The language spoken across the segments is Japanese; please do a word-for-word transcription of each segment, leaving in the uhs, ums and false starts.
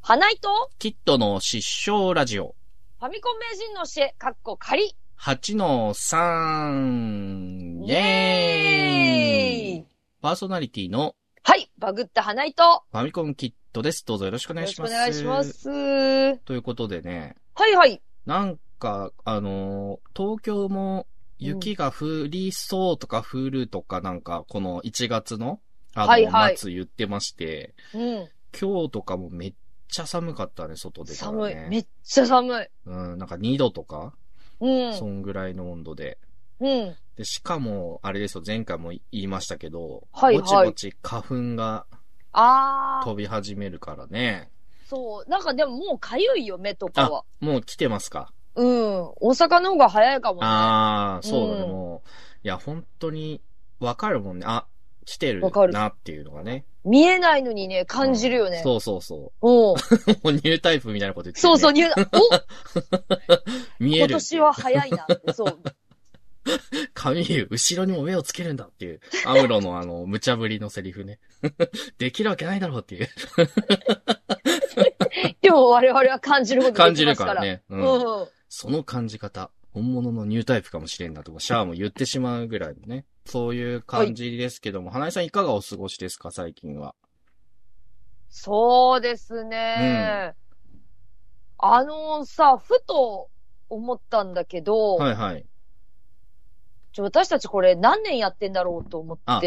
花井とキットの失笑ラジオ。 ファミコン名人の教え、かっこ仮。 はちのさん、イェーイ。 イエーイ。 パーソナリティの、 はい、バグった花井と、 ファミコンキットです。どうぞよろしくお願いします。 よろしくお願いします。 ということでね。 はいはい。 なんか、あのー、東京も雪が降りそうとか降るとかなんか、このいちがつの、あの、 はいはい、 末言ってまして、 うん。 今日とかもめっちゃ寒かったね、外出たらね。 寒い。めっちゃ寒い。 うん、なんかにどとか、 うん。 そんぐらいの温度で。 うん。 で、しかも、あれですよ、前回も言いましたけど、 はいはい、 ぼちぼち花粉が飛び始めるからね。 そう。なんかでももうかゆいよ、目とかは。 あ、もう来てますか。 うん。大阪の方が早いかもね。 ああ、そうだね、 うん、もう。いや、本当に、わかるもんね。あ、来てるなっていうのがね。 見えないのにね、感じるよね。 うん、そうそうそう。 おう。 もうニュータイプみたいなこと言ってる、ね。 そうそう、ニュータイプ。お見える。今年は早いなって、そう。 髪後ろにも目をつけるんだっていう、アムロのあの、無茶ぶりのセリフね。できるわけないだろうっていう。 でも我々は感じることできますから。 感じるからね。うん。うん、その感じ方、本物のニュータイプかもしれんなと、シャアも言ってしまうぐらいのね。そういう感じですけども、はい、花井さんいかがお過ごしですか、最近は。 そうですね。うん、あのさ、ふと思ったんだけど、 はいはい。 ちょ私たちこれ何年やってんだろうと思って。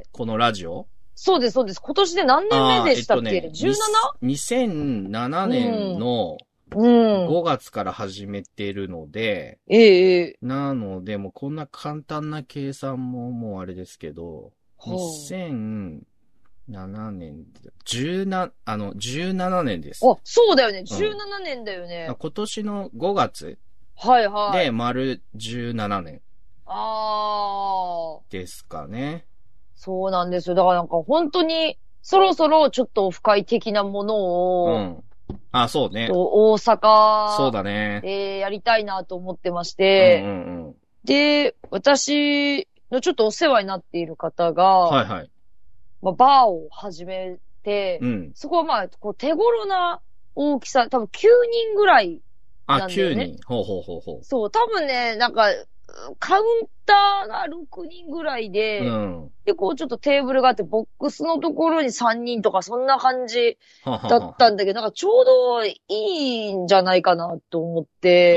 このラジオ？ そうです、そうです。今年で何年目でしたっけ？えっとね、じゅうなな？ にせんななねんのごがつから始めてるので、 うん、ええー。 なので、もうこんな簡単な計算ももうあれですけど、にせんななねん、じゅうなな、あの、じゅうななねんです。 あ、そうだよね。じゅうななねんだよね。 うん、今年のごがつ。 はいはい。 で、丸じゅうななねん。 ああ。 ですかね。 そうなんですよ。だからなんか本当に、そろそろちょっとオフ会的なものを、 うん。あ、そうね。 大阪。 そうだね。 えー、やりたいなと思ってまして、 うんうんうん。 で、私のちょっとお世話になっている方が、 はいはい。 まあ、バーを始めて、うん、そこはまあ、こう手頃な大きさ、多分きゅうにんぐらいなんだよね。あ、 きゅうにん。ほうほうほうほう。 そう、多分ね、なんか、カウンターがろくにんぐらいで、うん、で、こうちょっとテーブルがあって、ボックスのところにさんにんとかそんな感じだったんだけど、なんかちょうどいいんじゃないかなと思って。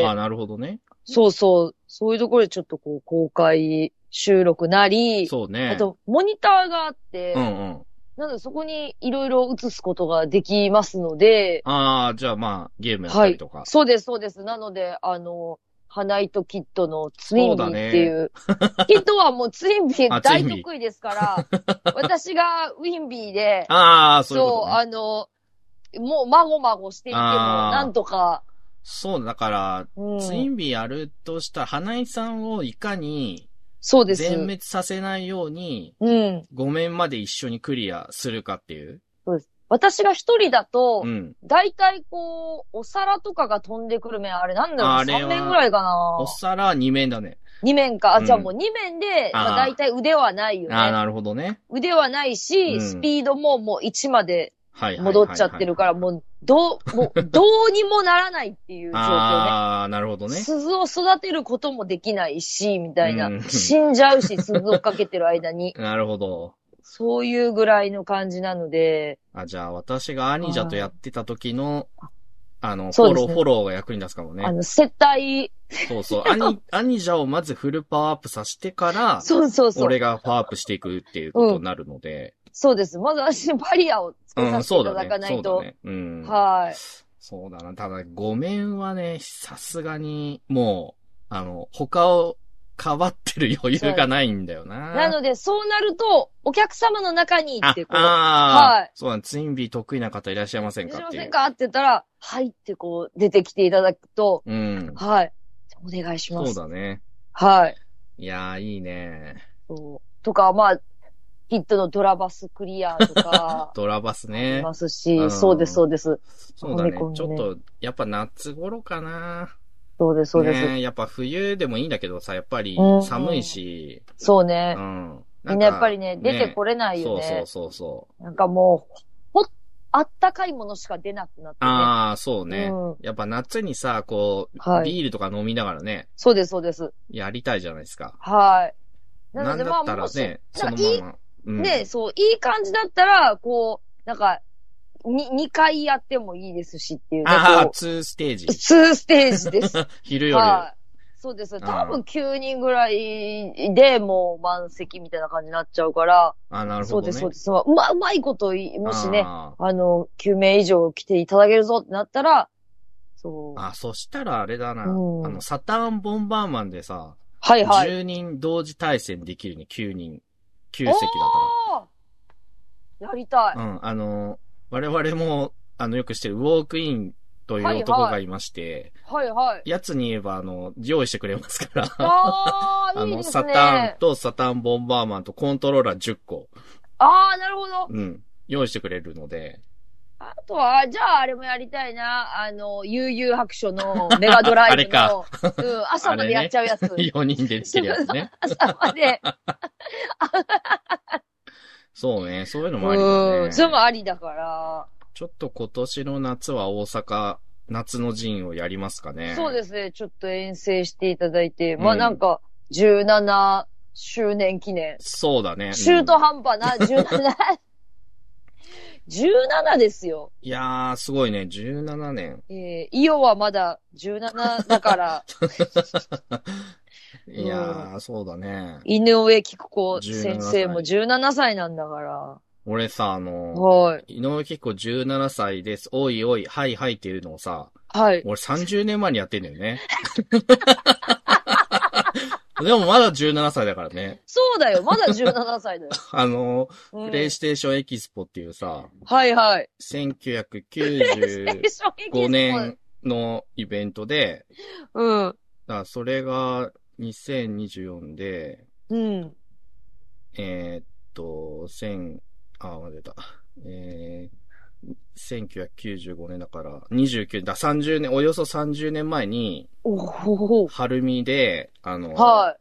ああ、なるほどね。 そうそう。そういうところでちょっとこう公開収録なり、 そうね。 あと、モニターがあって、 うんうん。 なのでそこにいろいろ映すことができますので。 ああ、じゃあまあ、ゲームやったりとか。 はい。そうです、そうです。なので、あの、花井とキットのツインビーっていう。うキットはもうツインビー大得意ですから、私がウィンビーで、 ああ、そういうこと、ね、 そう、あの、もうまごまごしていても、なんとか。 そう、だから、うん、ツインビーやるとしたら、花井さんをいかに、そうです。全滅させないように、うん。ご面まで一緒にクリアするかっていう。 そうです。私が一人だと、うん。だいたいこう、お皿とかが飛んでくる面、あれなんだろう、さん面ぐらいかな。 お皿に面だね。 に面か。あ、うん、じゃあもうに面で、まあだいたい腕はないよね。 ああ、なるほどね。 腕はないし、うん、スピードももういちまで戻っちゃってるから、もう、どう、もう、どうにもならないっていう状況ね。 ああ、なるほどね。 鈴を育てることもできないし、みたいな。うん、死んじゃうし、鈴をかけてる間に。 なるほど。 そういうぐらいの感じなので。 あ、じゃあ私がアニジャとやってた時の、あの、フォロー、ね、フォローが役に立つかもね。 あの、接待。 そうそう。アニ、アニジャをまずフルパワーアップさせてから、 そうそうそう。 俺がパワーアップしていくっていうことになるので。 うん、そうです。まず私、バリアをつけさせていただかないと。 うん、そうだね。そうだね。うん。 はい。 そうだな。ただ、ご面はね、さすがに、もう、あの、他を、変わってる余裕がないんだよな。 なので、そうなると、お客様の中にってこう。 ああ。はい。そうだ、ツインビー得意な方いらっしゃいませんかっていう。 いらっしゃいませんかって言ったら、はいってこう、出てきていただくと。 うん。 はい。お願いします。 そうだね。 はい。 いやー、いいね。 そう。とか、まあ、ヒットのドラバスクリアとか。 ドラバスね。 ありますし、うん、そうです、そうです。 そうだね。ねちょっと、やっぱ夏頃かな。 そうです、そうです。 ね、やっぱ冬でもいいんだけどさ、やっぱり寒いし。 うん、そうね。 うん。 みんなやっぱりね、出てこれないよね。 そうそうそうそう。 なんかもう、ほっあったかいものしか出なくなって、ね。 ああ、そうね、うん。やっぱ夏にさ、こう、はい、ビールとか飲みながらね。 そうです、そうです。 やりたいじゃないですか。 はい。 なので、まあ、なんだったらね、そのまま。 うん、ね、そう、いい感じだったら、こう、なんか、に、二回やってもいいですしっていうね。 ああ、ツーステージ。 ツーステージです。 昼夜。はい。 そうです。多分きゅうにんぐらいでもう満席みたいな感じになっちゃうから。 あ、なるほど、ね。 そうです、そうです。うま、うまいこと、もしね、あ, あの、きゅうめい以上来ていただけるぞってなったら、そう。 あ、そしたらあれだな。うん、あの、サターンボンバーマンでさ、 はいはい。 じゅうにん同時対戦できるね、きゅうにん。きゅう席だから。やりたい。 うん、あの、我々も、あの、よくしてるウォークインという男がいまして、 はいはい。はいはい、 やつに言えば、あの、用意してくれますから。 ああ、いいですね。 サターンとサターンボンバーマンとコントローラーじゅっこ。 ああ、なるほど。 うん。用意してくれるので。 あとは、じゃああれもやりたいな。あの、悠々白書のメガドライブの。あれか。うん、朝までやっちゃうやつ。 ね、よにんでできるやつね。 朝まで。 そうね、そういうのもありだね。 うん、それもありだから。 ちょっと今年の夏は大阪、夏の陣をやりますかね。 そうですね、ちょっと遠征していただいて。うん、まあなんか、じゅうななしゅうねん記念。 そうだね。 中途半端なじゅうなな。じゅうななですよ。 いやー、すごいね。じゅうななねん。 えー、イオはまだじゅうななだから。 いやー、うん、そうだね。 井上貴子先生もじゅうななさいなんだから。 俺さ、あの、 はい。 井上貴子じゅうななさいです。おいおい、はいはいっていうのをさ、 はい。 俺さんじゅうねんまえにやってんだよね。でもまだじゅうななさいだからね。 そうだよ、まだじゅうななさいだよ。 あの、うん、プレイステーションエキスポっていうさ、 はいはい。 せんきゅうひゃくきゅうじゅうごねんのイベントで、 うん。 だからそれがにせんにじゅうよんで、 うん。 えー、っと、千、あ、忘れた。えー、せんきゅうひゃくきゅうじゅうごねんだから、にじゅうきゅう、だ、さんじゅうねん、およそさんじゅうねんまえに、 おほ春見で、あの、 はい、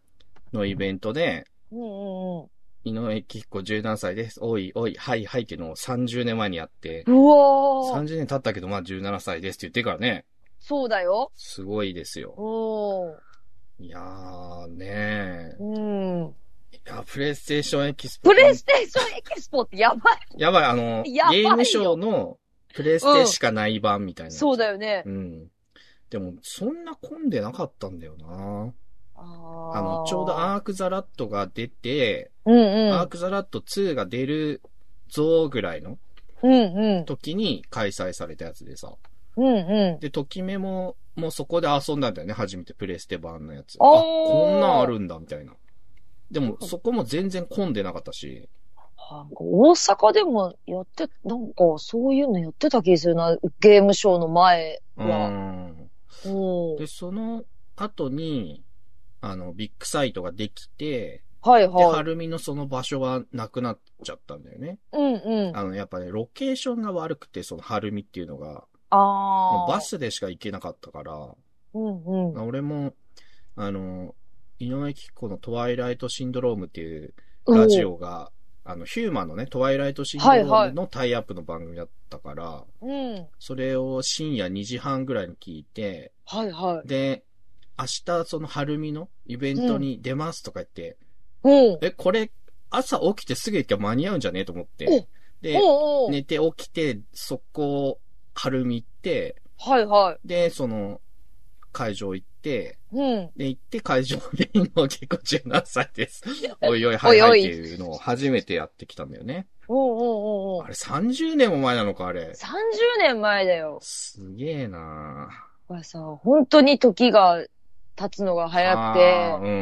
のイベントで、 うんうんうん、 井上貴子じゅうななさいです。おいおい、はいはいっていうのをさんじゅうねんまえにやって、 うわー。 さんじゅうねん経ったけど、まあじゅうななさいですって言ってからね。 そうだよ。 すごいですよ。 おー。 いやーねー。 うん。 いや、プレイステーションエキスポ。 プレイステーションエキスポってやばい。 やばい、あの、ゲームショーのプレイステしかない版みたいな、うん。 そうだよね。 うん。でも、そんな混んでなかったんだよな。ああの、ちょうどアークザラットが出て、 うんうん、 アークザラットツーが出るぞぐらいの時に開催されたやつでさ。 うんうん、 で、ときめも、もうそこで遊んだんだよね、初めてプレイステ版のやつ。あ、こんなんあるんだ、みたいな。でも、そこも全然混んでなかったし。 大阪でもやって、なんかそういうのやってた気がするな、ゲームショーの前は。 うん。で、その後に、あの、ビッグサイトができて、 はいはい。 で、晴海のその場所はなくなっちゃったんだよね。 うんうん。 あの、やっぱね、ロケーションが悪くて、その晴海っていうのが、 ああ。バスでしか行けなかったから、 うんうん。 俺も、あの、井上貴子のトワイライトシンドロームっていうラジオが、あの、ヒューマンのね、トワイライトシンドロームのタイアップの番組だったから、はいはい、うん。それを深夜にじはんぐらいに聞いて、 はいはい。 で、明日その晴海のイベントに出ますとか言って、 うん、 え、これ、朝起きてすぐ行けば間に合うんじゃねえと思って、で、おうおう寝て起きて、速攻、晴海行って、 はいはい。 で、その、会場行って、 うん。 で、行って会場で井上貴子じゅうななさいです。おいおい、はいはいっていうのを初めてやってきたんだよね。 おうおうおう。 あれさんじゅうねんも前なのか、あれ。 さんじゅうねんまえだよ。 すげえなぁ。これさ、本当に時が経つのが早くて、 うん。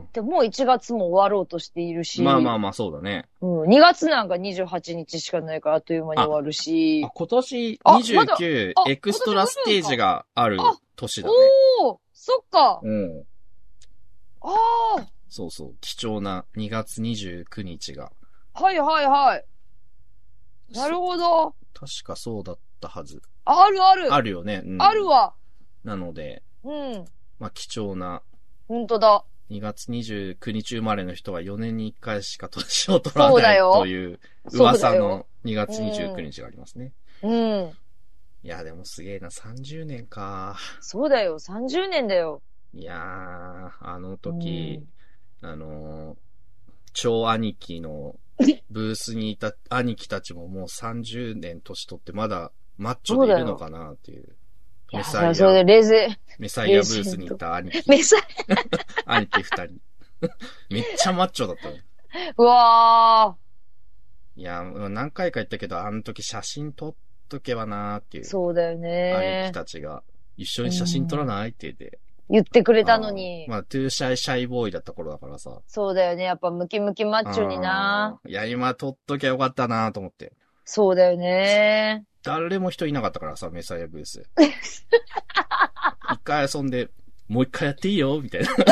でもういちがつも終わろうとしているし。 まあまあまあ、そうだね。 うん。にがつなんかにじゅうはちにちしかないからあっという間に終わるし。 あ、あ今年にじゅうきゅうエクストラステージがある年だね。 おー、そっか。 うん。 ああ。 そうそう。貴重なにがつにじゅうくにちが。 はいはいはい。なるほど。 確かそうだったはず。 あるある。 あるよね。うん、 あるわ。 なので。 うん。 まあ貴重な。 ほんとだ。 にがつにじゅうくにち生まれの人はよねんにいっかいしか年を取らないという噂のにがつにじゅうくにちがありますね。 うん。 いや、でもすげえな、さんじゅうねんか。 そうだよ、さんじゅうねんだよ。 いやー、あの時、うん、あのー、超兄貴のブースにいた兄貴たちももうさんじゅうねん年取ってまだマッチョでいるのかなっていう。 メサイア。それでレゼ、 メサイアブースにいた兄貴。 メサイア。兄貴二人。めっちゃマッチョだったね。 うわー。いや、何回か言ったけど、あの時写真撮っとけばなーっていう。 そうだよね。 兄貴たちが、一緒に写真撮らないって言って。 言ってくれたのに。 あまあ、トゥーシャイシャイボーイだった頃だからさ。 そうだよね。やっぱムキムキマッチョにな。 いや、今撮っときゃよかったなと思って。 そうだよね。 誰も人いなかったからさ、メサイアブース。一回遊んで、もう一回やっていいよみたいな。い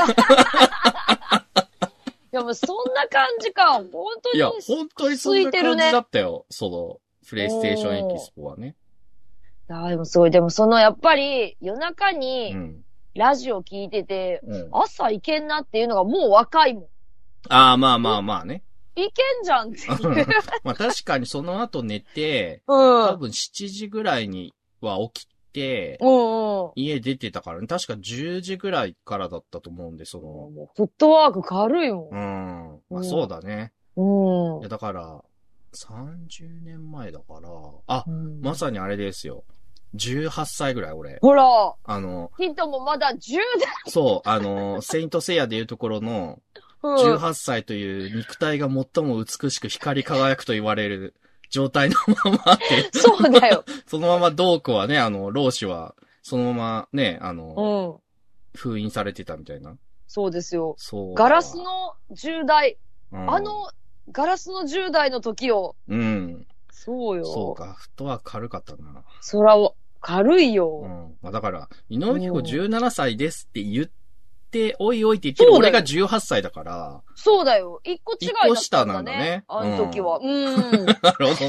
や、もうそんな感じか。本当に。 いや、本当にそんな感じだったよ。その、プレイステーションエキスポはね。 あ、でもすごい。でもその、やっぱり、夜中に、ラジオ聞いてて、うん、朝行けんなっていうのがもう若いもん。 ああ、まあまあまあね。 いけんじゃんっていう。 まあ確かにその後寝て、うん、多分しちじぐらいには起きて、うんうん、家出てたからね。確かじゅうじぐらいからだったと思うんで、その。 フットワーク軽いもん。 うん。まあそうだね。うん。いやだから、さんじゅうねんまえだから、あ、うん、まさにあれですよ。じゅうはっさいぐらい、俺。 ほら。 あの、 ヒントもまだじゅう代。 そう、あの、セイントセイヤでいうところの、じゅうはっさいという肉体が最も美しく光り輝くと言われる状態のままで。 そうだよ。 そのままドークはね、あの、老子は、そのままね、あの、うん、封印されてたみたいな。 そうですよ。そう。ガラスのじゅう代。うん、あの、ガラスのじゅう代の時を。うん。そうよ。 そうか。フットワーク軽かったな。 そら、軽いよ。 うん。まあだから、井上貴子じゅうななさいですって言って、おいおいって言ってる俺がじゅうはっさいだから。 そうだよ。一個違いだったんだね。一個下なんだね。あの時は。うん。なるほどね。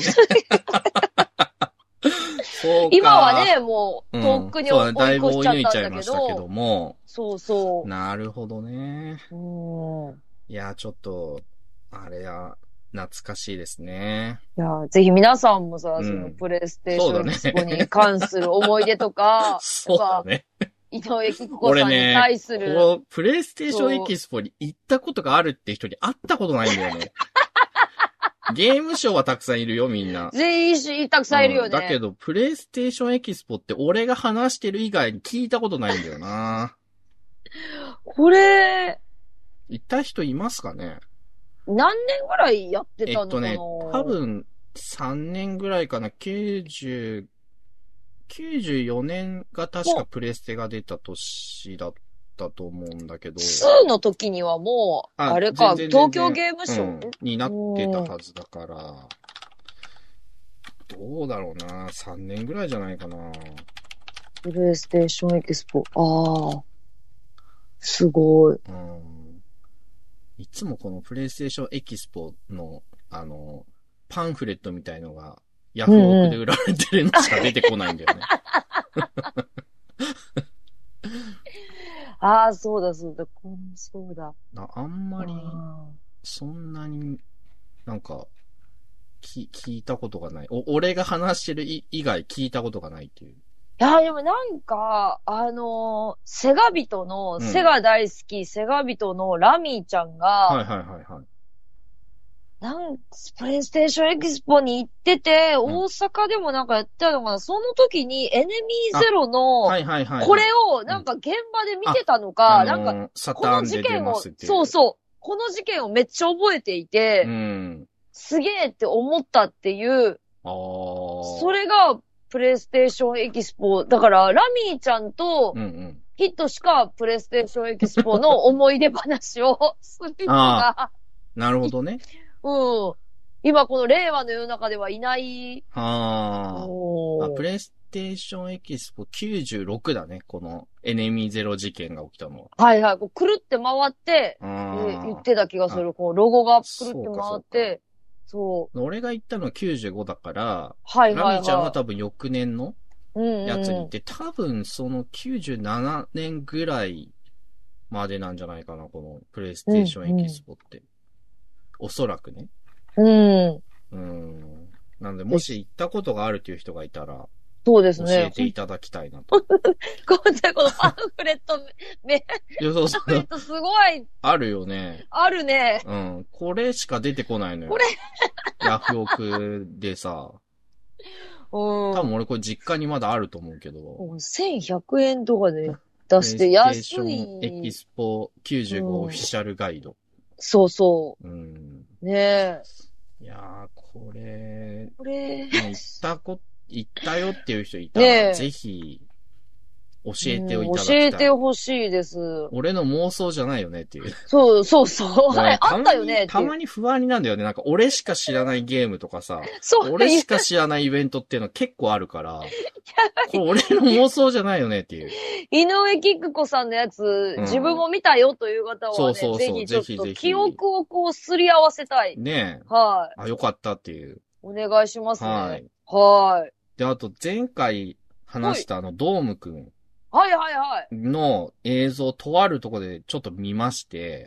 そうか。今はね、もう、とっくに追い越しちゃったんだけど。そうだね、だいぶ追い抜いちゃいましたけども。 そうそう。 なるほどね。うん。いや、ちょっと、あれや、懐かしいですね。 いや、ぜひ皆さんもさ、うん、そのプレイステーションエキスポに関する思い出とか、 そうだね。 井上貴子さんに対する。 俺ね、このプレイステーションエキスポに行ったことがあるって人に会ったことないんだよね。ゲームショーはたくさんいるよ、みんな。 全員たくさんいるよね、 うん。だけど、プレイステーションエキスポって俺が話してる以外に聞いたことないんだよな。 これ、 行った人いますかね？ 何年ぐらいやってたのかな？えっとね、多分さんねんぐらいかな。きゅうじゅう、きゅうじゅうよねんが確かプレステが出た年だったと思うんだけど。 ツーの時にはもう、あ, あれか、東京ゲームショウ、うん、 になってたはずだから、どうだろうな。さんねんぐらいじゃないかな。 プレイステーションエキスポ。ああ。すごい。うんいつもこのプレイステーションエキスポの、あの、パンフレットみたいのが、ヤフオクで売られてるのしか出てこないんだよね。 ああ、そうだそうだ、そうだ。 あんまり、そんなになんか、き、聞いたことがない。お、俺が話してる以外聞いたことがないっていう。 いや、でもなんか、あのー、セガ人の、うん、セガ大好き、セガ人のラミーちゃんが、はいはいはいはい。なん、プレイステーションエキスポに行ってて、うん、大阪でもなんかやってたのかな、その時にエネミーゼロの、はいはいはいはい、これをなんか現場で見てたのか、うん、なんか、この事件を、そうそう、この事件をめっちゃ覚えていて、うん、すげえって思ったっていう、あそれが、プレイステーションエキスポ。だから、ラミーちゃんと、ヒットしかプレイステーションエキスポの思い出話をする人が。 なるほどね。 うん。今この令和の世の中ではいない。 はあ。プレイステーションエキスポきゅうじゅうろくだね。このエネミーゼロ事件が起きたのは。 はいはい。こうくるって回って、えー、言ってた気がする。こう、ロゴがくるって回って。そう。 俺が行ったのはきゅうじゅうごだから、はいはいはい。ラミちゃんは多分翌年のやつに行って、うんうん、多分そのきゅうじゅうななねんぐらいまでなんじゃないかな、このプレイステーションエキスポって。うんうん、おそらくね。うん。うん。 なので、もし行ったことがあるという人がいたら、 そうですね。 教えていただきたいなと。 こんなこのパンフレット、め、 いや、そうそう。 パンフレットすごい。 あるよね。 あるね。 うん。これしか出てこないのよ。 これヤフオクでさ。 うん。 多分俺これ実家にまだあると思うけど。 せんひゃくえんとかで出して安い。 プレイステーションエキスポきゅうじゅうごオフィシャルガイド。 そうそう。 うん。 ねえ。 いやー、これ、 これ、 ね、行ったこ、行ったよっていう人いたら、ぜひ、教えておいただきたい。 教えてほしいです。 俺の妄想じゃないよねっていう。 そう、そうそう。はい、あったよねって。 たまに不安になるんだよね。なんか俺しか知らないゲームとかさ、そう俺しか知らないイベントっていうの結構あるから、これ俺の妄想じゃないよねっていう。 井上菊子さんのやつ、うん、自分も見たよという方はね、そうそうそうぜひちょっと記憶をこうすり合わせたい。 ねえ。 はい。 あ、よかったっていう。 お願いしますね。はい。はい。 で、あと前回話したあの、ドームくん。 はいはいはい。 の映像、とあるところでちょっと見まして、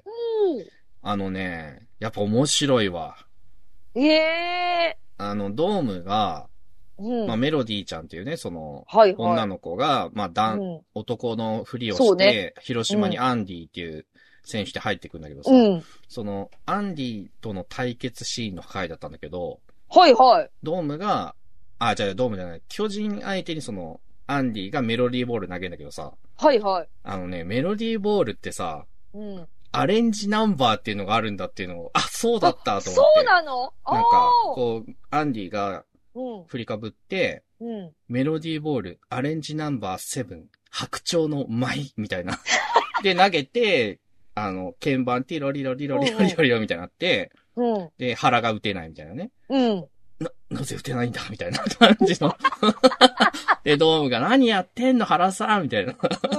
うん、あのね、やっぱ面白いわ。 ええー。あの、ドームが、うん、まあ、メロディーちゃんっていうね、その、はいはい、女の子が、まあ、だん、うん、男のふりをして、ね、広島にアンディっていう選手で入ってくるんだけどさ、うん、その、アンディとの対決シーンの回だったんだけど、 はいはい。 ドームが、あ、じゃあドームじゃない、巨人相手にその、アンディがメロディーボール投げるんだけどさ。 はいはい。 あのね、メロディーボールってさ、うん、アレンジナンバーっていうのがあるんだっていうのを、あ、そうだったと思って。 そうなの？ なんか、こう、アンディが振りかぶって、うん、メロディーボール、アレンジナンバーセブン、白鳥の舞みたいな。で、投げて、あの、鍵盤ティロリロリロリロリロリロみたいになって、うん、で、腹が打てないみたいなね。うんな、なぜ打てないんだみたいな感じの。で、ドームが何やってんの原さんみたいな。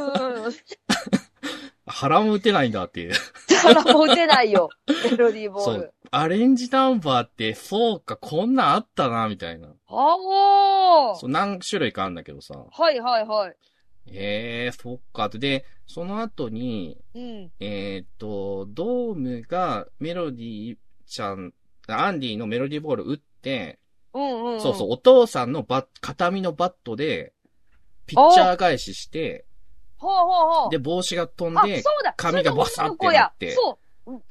腹も打てないんだっていう。 腹も打てないよ。メロディーボール。そう。 アレンジナンバーって、そうか、こんなんあったな、みたいな。 ああ。 そう、何種類かあるんだけどさ。 はいはいはい。 ええー、そっか。で、その後に、うん、えー、っと、ドームがメロディーちゃん、アンディのメロディーボール打って、うんうんうん、そうそう、お父さんのバッ、片身のバットで、ピッチャー返しして、 ほうほうほうで、帽子が飛んで、髪がバサってなって、 そう、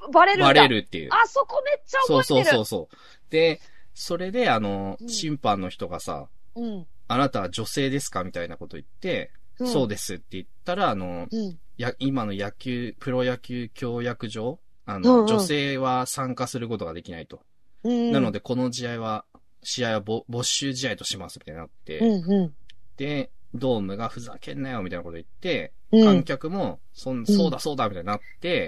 バレるんだ。 バレるっていう。 あそこめっちゃ覚えてる。 そうそうそうそう。で、それで、あの、うん、審判の人がさ、うん、あなたは女性ですかみたいなこと言って、うん、そうですって言ったら、あの、うん、や、今の野球、プロ野球協約上、あの、うんうん、女性は参加することができないと。うん、なので、この試合は、試合は没収試合としますみたいになって、うんうん、で、ドームがふざけんなよみたいなこと言って、うん、観客もそん、そうだそうだみたいになって、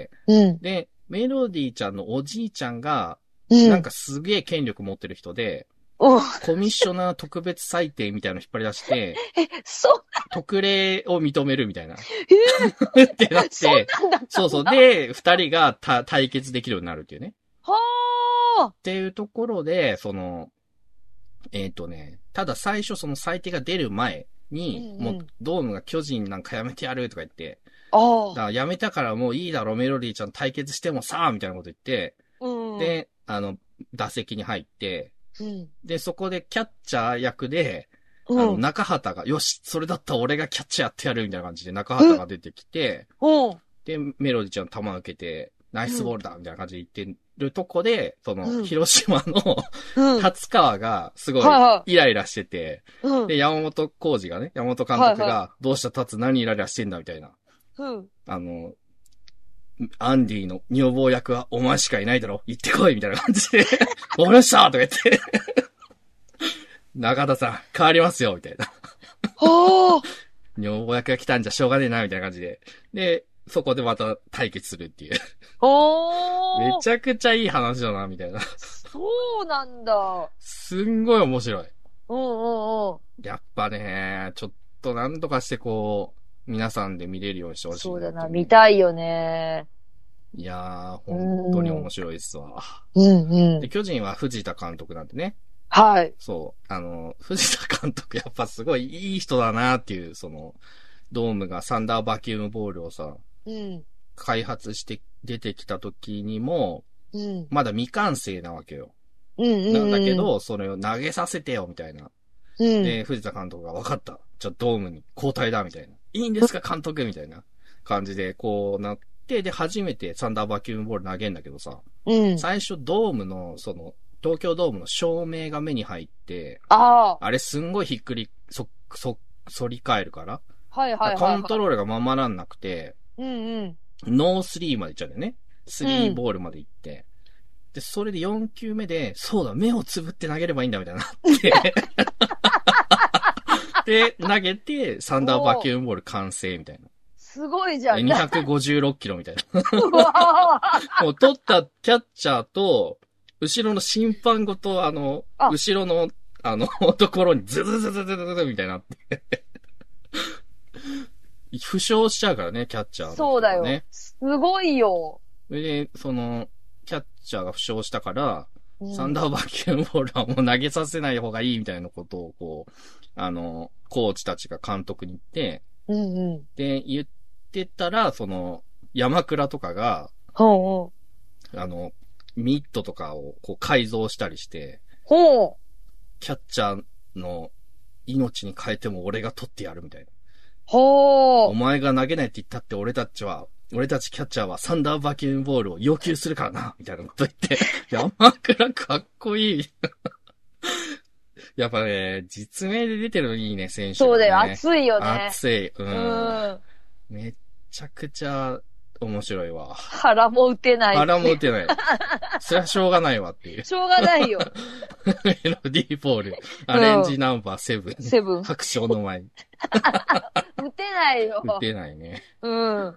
うん、で、メロディーちゃんのおじいちゃんが、うん、なんかすげえ権力持ってる人で、コミッショナー特別裁定みたいなの引っ張り出して、 え、そう特例を認めるみたいな。えー、ってなって、そうそう。で、二人が対決できるようになるっていうね。 はーっていうところで、その、えっとね、ただ最初その裁定が出る前に、うんうん、もうドームが巨人なんかやめてやるとか言って、あだからやめたからもういいだろ、メロディーちゃん対決してもさ、みたいなこと言って、うん、で、あの、打席に入って、うん、で、そこでキャッチャー役で、うん、あの、中畑が、よし、それだったら俺がキャッチャーやってやるみたいな感じで中畑が出てきて、うん、で、メロディーちゃん球受けて、ナイスボールだみたいな感じで言ってるとこで、その、うん、広島の、達川がすごいイライラしてて、うん、で、山本浩二がね、山本監督が、はいはい、どうした達何イライラしてんだみたいな。うん、あの、アンディの女房役はお前しかいないだろ行ってこいみたいな感じで、わかりましたとか言って、中田さん、変わりますよみたいな。女房役が来たんじゃしょうがねえなみたいな感じで。で、そこでまた対決するっていう。おーめちゃくちゃいい話だな、みたいな。 そうなんだ。 すんごい面白い。 うんうんうん。 やっぱね、ちょっとなんとかしてこう、皆さんで見れるようにしてほしい、ね。 そうだな、見たいよね。 いやー、本当に面白いっすわ。 うんうん。 で、巨人は藤田監督なんでね。 はい。 そう。あの、藤田監督やっぱすごいいい人だなっていう、その、ドームがサンダーバキュームボールをさ、うん、開発して出てきた時にも、うん、まだ未完成なわけよ。 うんうんうん、 なんだけど、それを投げさせてよ、みたいな。 うん、 で、藤田監督が分かった。じゃあドームに交代だ、みたいな。いいんですか、監督みたいな感じで、こうなって、で、初めてサンダーバキュームボール投げんだけどさ。うん。最初ドームの、その、東京ドームの照明が目に入って、ああ。あれすんごいひっくり、そ、そ、反り返るから。はいはいはい、はい。コントロールがままなんなくて、うんうん。ノースリーまで行っちゃうんだよね。スリーボールまで行って。うん、で、それでよん球目で、そうだ、目をつぶって投げればいいんだみたいになって。で、投げて、サンダーバキュームボール完成みたいな。 すごいじゃん。 にひゃくごじゅうろっキロみたいな。もう取ったキャッチャーと、後ろの審判ごと、あの、あ後ろの、あの、ところにズズズズズズズみたいになって。負傷しちゃうからね、キャッチャー、ね。 そうだよ。すごいよ。 で、その、キャッチャーが負傷したから、うん、サンダーバキュームボールはもう投げさせない方がいいみたいなことを、こう、あの、コーチたちが監督に言って、うんうん、で、言ってたら、その、山倉とかが、ほうあの、ミットとかをこう改造したりして、ほうキャッチャーの命に変えても俺が取ってやるみたいな。ほうお前が投げないって言ったって俺たちは、俺たちキャッチャーはサンダーバキュームボールを要求するからな、みたいなこと言って、山倉かっこいい。やっぱね、実名で出てるのいいね、選手、ね。 そうだよ、熱いよね。 熱い。うん。うんめっちゃくちゃ面白いわ。 腹も打てない。 腹も打てない。それはしょうがないわっていう。 しょうがないよ。 メロディーボール、アレンジナンバーセブン。 セブン。 白鳥の前に。 打てないよ。 打てないね。うん。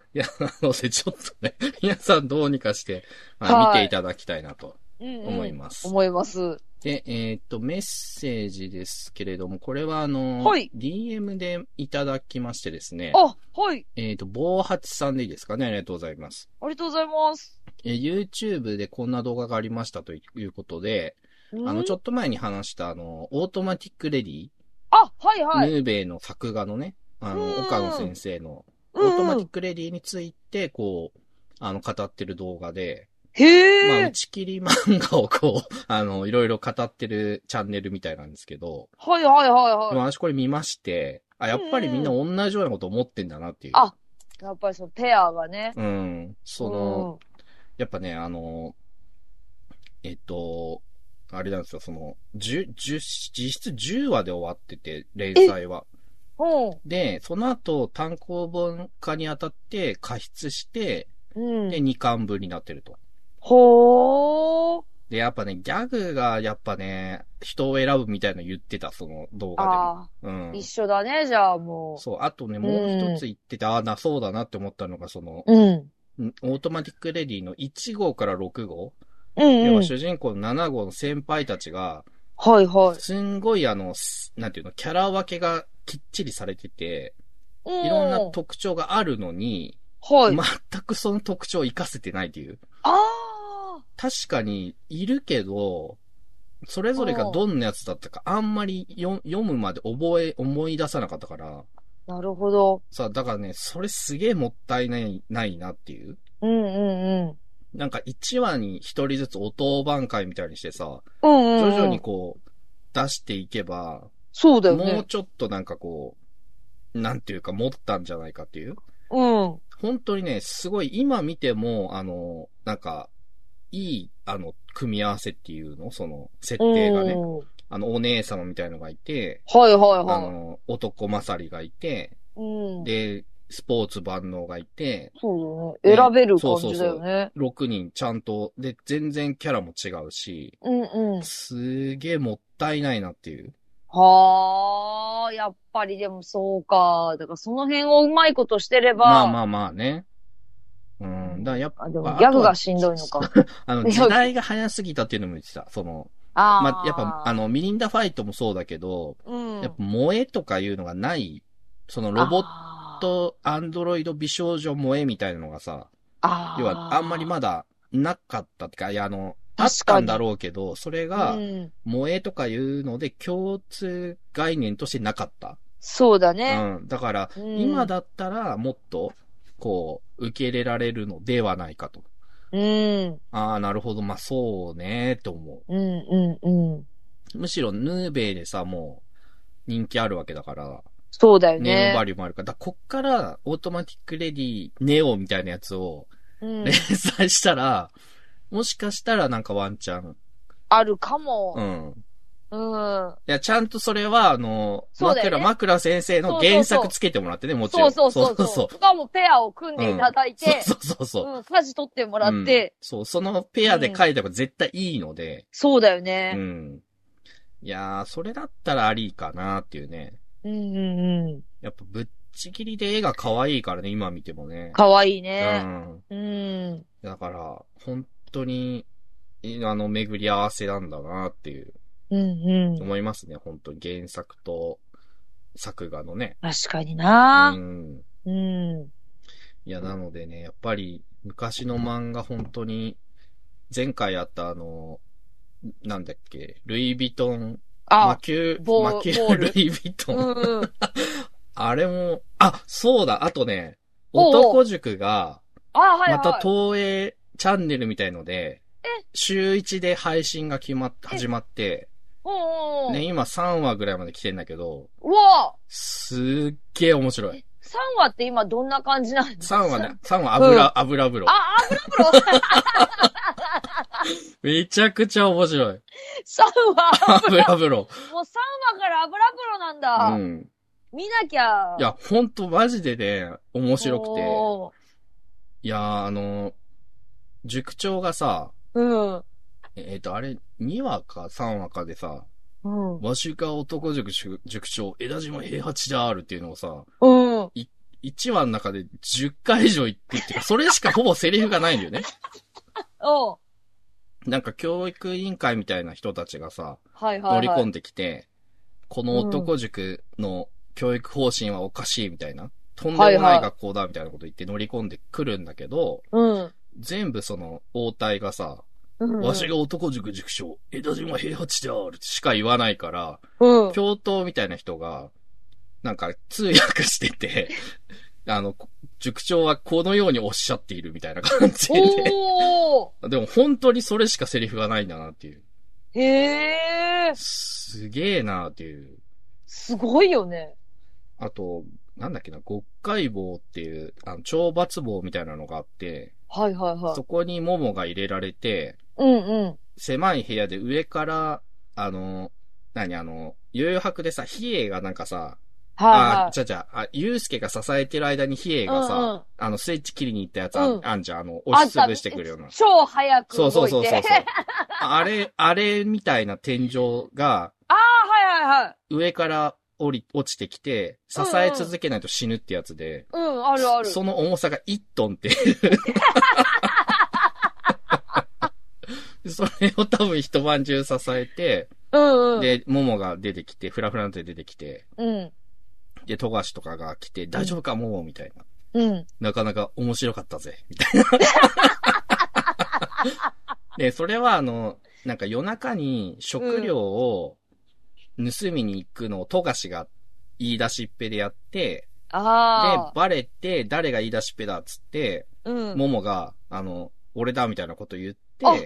いや、なのでちょっとね、皆さんどうにかして、まあ、見ていただきたいなと思います。 うんうん、思います。 で、えっと、メッセージですけれども、これはあの、はい、ディーエム でいただきましてですね。 あ、はい。 えっと、棒八さんでいいですかね。ありがとうございます。 ありがとうございます。 え、YouTube でこんな動画がありましたということで、あの、ちょっと前に話したあの、オートマティックレディあ、はいはい。 ヌーベイの作画のね、あの、岡野先生の、オートマティックレディについて、こう、あの、語ってる動画で、へー。まあ、打ち切り漫画をこう、あの、いろいろ語ってるチャンネルみたいなんですけど。 はいはいはいはい。 私これ見まして、あ、やっぱりみんな同じようなこと思ってんだなっていう。 あ、やっぱりそのペアがね。 うん。その、やっぱね、あの、えっと、あれなんですよ、その、じゅう、じゅう、実質じゅうわで終わってて、連載は。で、その後、単行本化にあたって加筆して、うん、で、にかんぶんになってると。ほー。で、やっぱね、ギャグがやっぱね、人を選ぶみたいなの言ってた、その動画でも。あうん、一緒だね、じゃあもう。 そう、あとね、もう一つ言ってて、うん、ああ、な、そうだなって思ったのが、その、うん、オートマティックレディのいちごうからろくごう。うんうん、要は主人公のななごうの先輩たちが、はいはい。すんごいあの、なんていうの、キャラ分けがきっちりされてて、いろんな特徴があるのに、はい。全くその特徴を活かせてないという。ああ。確かに、いるけど、それぞれがどんなやつだったか、あんまり読むまで覚え、思い出さなかったから。 なるほど。 さあ、だからね、それすげえもったいない、ないなっていう。 うんうんうん。 なんかいちわにひとりずつお当番会みたいにしてさ、うんうんうん、徐々にこう、出していけば、 そうだよね。 もうちょっとなんかこう、なんていうか持ったんじゃないかっていう。うん。本当にね、すごい今見ても、あの、なんか、いい、あの、組み合わせっていうのその、設定がね。あの、お姉様みたいのがいて、はいはいはい。あの、男勝りがいて、うん、で、スポーツ万能がいて、 そうだね。選べる感じだよね。そうそうそう。 ろくにんちゃんと、で、全然キャラも違うし、うんうん。すげえもったいないなっていう。 はあ、やっぱりでもそうか。だからその辺をうまいことしてれば。 まあまあまあね。うん。だからやっぱ。 あ、でもギャグがしんどいのか。 あの、時代が早すぎたっていうのも言ってた。その、あまあ、やっぱ、あの、ミリンダファイトもそうだけど、うん、やっぱ萌えとかいうのがない、そのロボット、アンドロイド美少女萌えみたいなのがさ、あ要はあんまりまだなかったってか、いや、あの、あったんだろうけど、それが、萌えとかいうので共通概念としてなかった。 そうだね。 うん。だから、うん、今だったらもっと、こう、受け入れられるのではないかと。 うん。 ああ、なるほど。まあ、そうね、と思う。うんうんうん。 むしろヌーベイでさ、もう人気あるわけだから。 そうだよね。 ネームバリューもあるから。だからこっからオートマティックレディネオみたいなやつを連載したら、うん、もしかしたらなんかワンチャン。 あるかも。 うん。 うん。 いや、ちゃんとそれは、あの、そうだよね、枕、枕先生の原作つけてもらってね、もちろん。 そうそうそう。そうそうそう。しかもペアを組んでいただいて。 うん、そうそうそう。 うん、舵取ってもらって、うん。 そう、そのペアで書いた方が絶対いいので。うん、 そうだよね。 うん。いやー、それだったらありかなっていうね。 うんうんうん。 やっぱぶっちぎりで絵が可愛いからね、今見てもね。 可愛いね。 うん。 うん。 だから、本当に、あの、巡り合わせなんだなっていう。 うんうん。 思いますね、本当に原作と作画のね。 確かになうん。 うん。 いや、なのでね、やっぱり昔の漫画本当に、前回あったあの、なんだっけ、ルイ・ヴィトン、 あ、 魔球、魔球ルイ・ヴィトン。うん、あれも、あ、そうだ、あとね、男塾が、また東映チャンネルみたいので、週一で配信が決まっ、始まって、ね、今さんわぐらいまで来てんだけど、 うわすっげえ面白い。 さんわって今どんな感じなんですか ?さんわね、さんわ油、うん、油風呂。 あ、油風呂めちゃくちゃ面白い。 さんわ油風呂。 もうさんわから油風呂なんだ。うん。見なきゃ。 いや、ほんとマジでね、面白くて。いやー、あの、塾長がさ、 うん。 えっと、あれ、にわかさんわかでさ、うん。わしが男塾塾長、枝島平八であるっていうのをさ、うん。い、いちわの中でじゅっかい以上言ってっていうか、それしかほぼセリフがないんだよね。おう。なんか教育委員会みたいな人たちがさ、はいはいはい、乗り込んできて、この男塾の教育方針はおかしいみたいな、うん、とんでもない学校だみたいなこと言って乗り込んでくるんだけど、うん、全部その応対がさ、うんうん、わしが男塾塾長、枝島平八であるしか言わないから、うん、教頭みたいな人が、なんか通訳してて、あの、塾長はこのようにおっしゃっているみたいな感じで。でも本当にそれしかセリフがないんだなっていう。へー。すげえなーっていう。 すごいよね。 あと、なんだっけな、極海棒っていう、あの、懲罰棒みたいなのがあって、はいはいはい。そこに桃が入れられて、うんうん。狭い部屋で上から、あの、何あの、誘白でさ、比叡がなんかさ、はい、はい。あ、じゃじゃあ、ゆうすけが支えてる間に比叡がさ、うんうん、あの、スイッチ切りに行ったやつあ,、うん、あんじゃん、あの、押しつぶしてくるような。 超早く動いて。そうそうそうそう。 あれ、あれみたいな天井が、 ああ、はいはいはい。 上から降り、落ちてきて、支え続けないと死ぬってやつで。 うん、うん、あるある。 その重さがいちトンっていう。それを多分一晩中支えて、うんうん、で、桃が出てきて、フラフランって出てきて、うん、で、富樫とかが来て、大丈夫か、桃みたいな。うん。なかなか面白かったぜ、みたいな。で、それはあの、なんか夜中に食料を盗みに行くのを富樫が言い出しっぺでやって、あで、バレて、誰が言い出しっぺだっつって、うん、桃が、あの、俺だみたいなこと言って、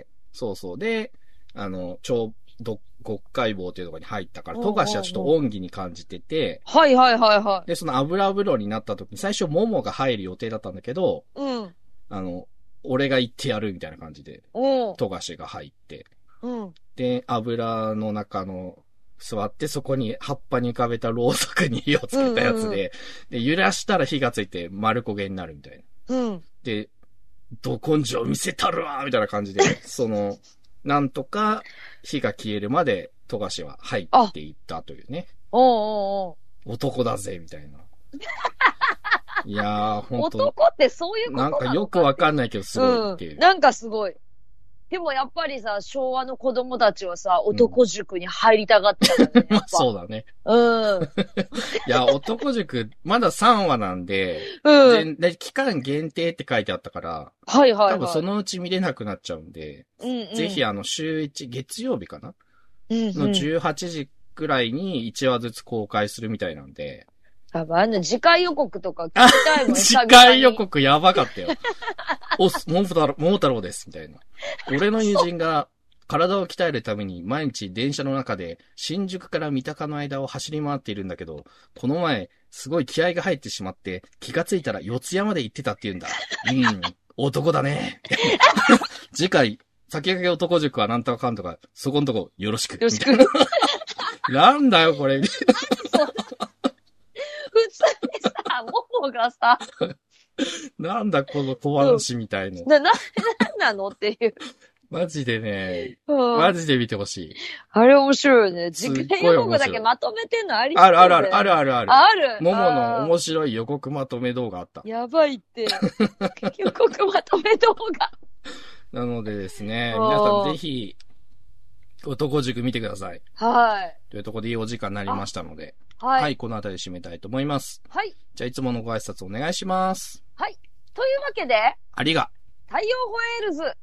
そうそう。で、あの、超、ど、極海棒っていうところに入ったから、富樫はちょっと恩義に感じてて、 はいはいはいはい。 で、その油風呂になった時に、最初桃が入る予定だったんだけど、うん。あの、俺が行ってやるみたいな感じで、富樫が入って、うん。で、油の中の、座ってそこに葉っぱに浮かべたろうそくに火をつけたやつで、うんうんうん、で、揺らしたら火がついて丸焦げになるみたいな。うん。で、ど根性見せたるわみたいな感じで、その、なんとか火が消えるまで富樫は入っていったというね。おうおうおう男だぜみたいな。いやー、ほんと。 男ってそういうことなのかなんかよくわかんないけどすごいっていう、 うん。なんかすごい。でもやっぱりさ、昭和の子供たちはさ、男塾に入りたがったからね。 まあそうだね。うん。いや、男塾、まださんわなんで、うん。で、期間限定って書いてあったから、はいはい、はい。多分そのうち見れなくなっちゃうんで、うんうん、ぜひあの週いち、月曜日かな、うんうん、のじゅうはちじくらいにいちわずつ公開するみたいなんで。 あ、あの、次回予告とか聞きたいもん、 次回予告やばかったよ。 おっす、桃太郎、桃太郎です、みたいな。俺の友人が体を鍛えるために毎日電車の中で新宿から三鷹の間を走り回っているんだけど、この前、すごい気合が入ってしまって、気がついたら四ツ谷まで行ってたって言うんだ。うん、男だね。次回、先駆け男塾はなんとかかんとか、そこんとこよろしく。よろしく。なんだよ、これ。普通にさ、ももがさ、 なんだ、この小話みたいの。 な、な、なんなのっていう。 マジでね、マジで見てほしい。 あれ面白いよね。次回予告だけまとめてんのありそうあるあるある、あるあるある。 ある。 ももの面白い予告まとめ動画あった。 やばいって。予告まとめ動画。 なのでですね、皆さんぜひ、男塾見てください。 はい。 というところでいいお時間になりましたので、 はい。 はい、この辺りで締めたいと思います。 はい。 じゃあいつものご挨拶お願いします。 はい。というわけで、 ありが。 太陽ホエールズ。